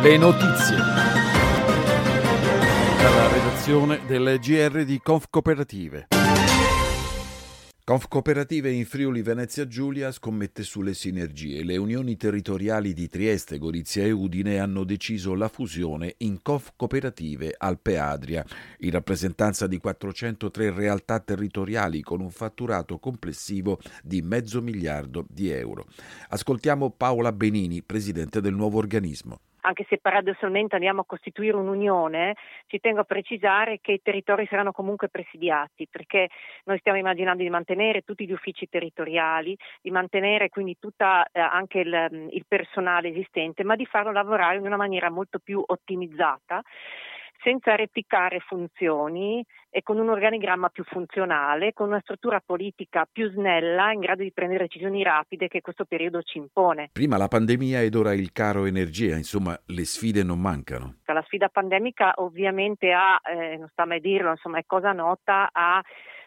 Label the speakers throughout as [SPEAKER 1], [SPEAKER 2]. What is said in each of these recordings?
[SPEAKER 1] Le notizie dalla redazione del GR di Confcooperative. Confcooperative in Friuli Venezia Giulia scommette sulle sinergie. Le unioni territoriali di Trieste, Gorizia e Udine hanno deciso la fusione in Confcooperative Alpe Adria, in rappresentanza di 403 realtà territoriali con un fatturato complessivo di $500 milioni. Ascoltiamo Paola Benini, presidente del nuovo organismo.
[SPEAKER 2] Anche se paradossalmente andiamo a costituire un'unione, ci tengo a precisare che i territori saranno comunque presidiati, perché noi stiamo immaginando di mantenere tutti gli uffici territoriali, di mantenere quindi tutta anche il personale esistente, ma di farlo lavorare in una maniera molto più ottimizzata, senza replicare funzioni e con un organigramma più funzionale, con una struttura politica più snella, in grado di prendere decisioni rapide che questo periodo ci impone.
[SPEAKER 1] Prima la pandemia ed ora il caro energia, insomma le sfide non mancano.
[SPEAKER 2] La sfida pandemica ovviamente non sta mai a dirlo, insomma è cosa nota, ha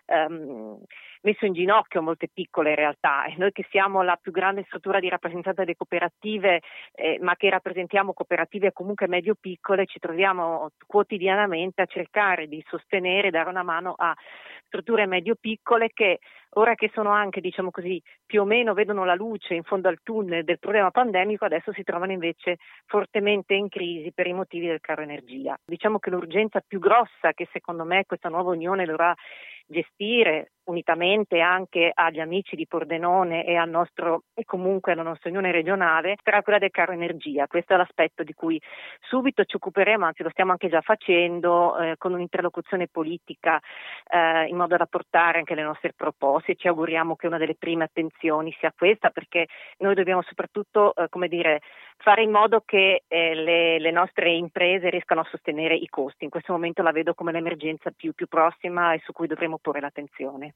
[SPEAKER 2] messo in ginocchio molte piccole realtà, e noi che siamo la più grande struttura di rappresentanza delle cooperative, ma che rappresentiamo cooperative comunque medio-piccole, ci troviamo quotidianamente a cercare di sostenere, dare una mano a strutture medio-piccole che ora che sono anche, diciamo così, più o meno vedono la luce in fondo al tunnel del problema pandemico, adesso si trovano invece fortemente in crisi per i motivi del caro energia. Diciamo che l'urgenza più grossa che secondo me questa nuova unione dovrà gestire, unitamente anche agli amici di Pordenone e comunque alla nostra unione regionale, sarà quella del caro energia. Questo è l'aspetto di cui subito ci occuperemo, anzi lo stiamo anche già facendo, con un'interlocuzione politica, in modo da portare anche le nostre proposte. Ci auguriamo che una delle prime attenzioni sia questa, perché noi dobbiamo soprattutto fare in modo che le nostre imprese riescano a sostenere i costi. In questo momento la vedo come l'emergenza più prossima e su cui dovremo porre l'attenzione.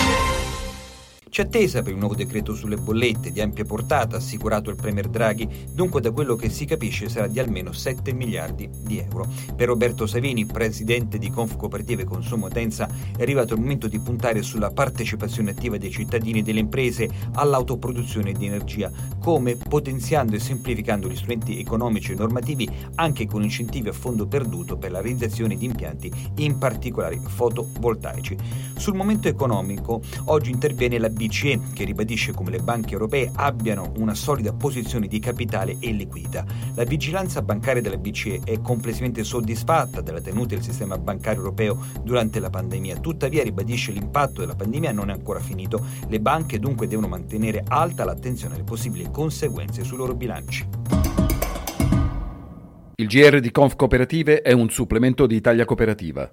[SPEAKER 3] C'è attesa per il nuovo decreto sulle bollette di ampia portata, assicurato il premier Draghi, dunque da quello che si capisce sarà di almeno €7 miliardi. Per Roberto Savini, presidente di Confcooperative Consumo Utenza, è arrivato il momento di puntare sulla partecipazione attiva dei cittadini e delle imprese all'autoproduzione di energia, come potenziando e semplificando gli strumenti economici e normativi, anche con incentivi a fondo perduto per la realizzazione di impianti, in particolare fotovoltaici. Sul momento economico, oggi interviene la BCE, che ribadisce come le banche europee abbiano una solida posizione di capitale e liquidità. La vigilanza bancaria della BCE è complessivamente soddisfatta della tenuta del sistema bancario europeo durante la pandemia, tuttavia ribadisce l'impatto della pandemia non è ancora finito. Le banche dunque devono mantenere alta l'attenzione alle possibili conseguenze sui loro bilanci.
[SPEAKER 1] Il GR di Confcooperative è un supplemento di Italia Cooperativa.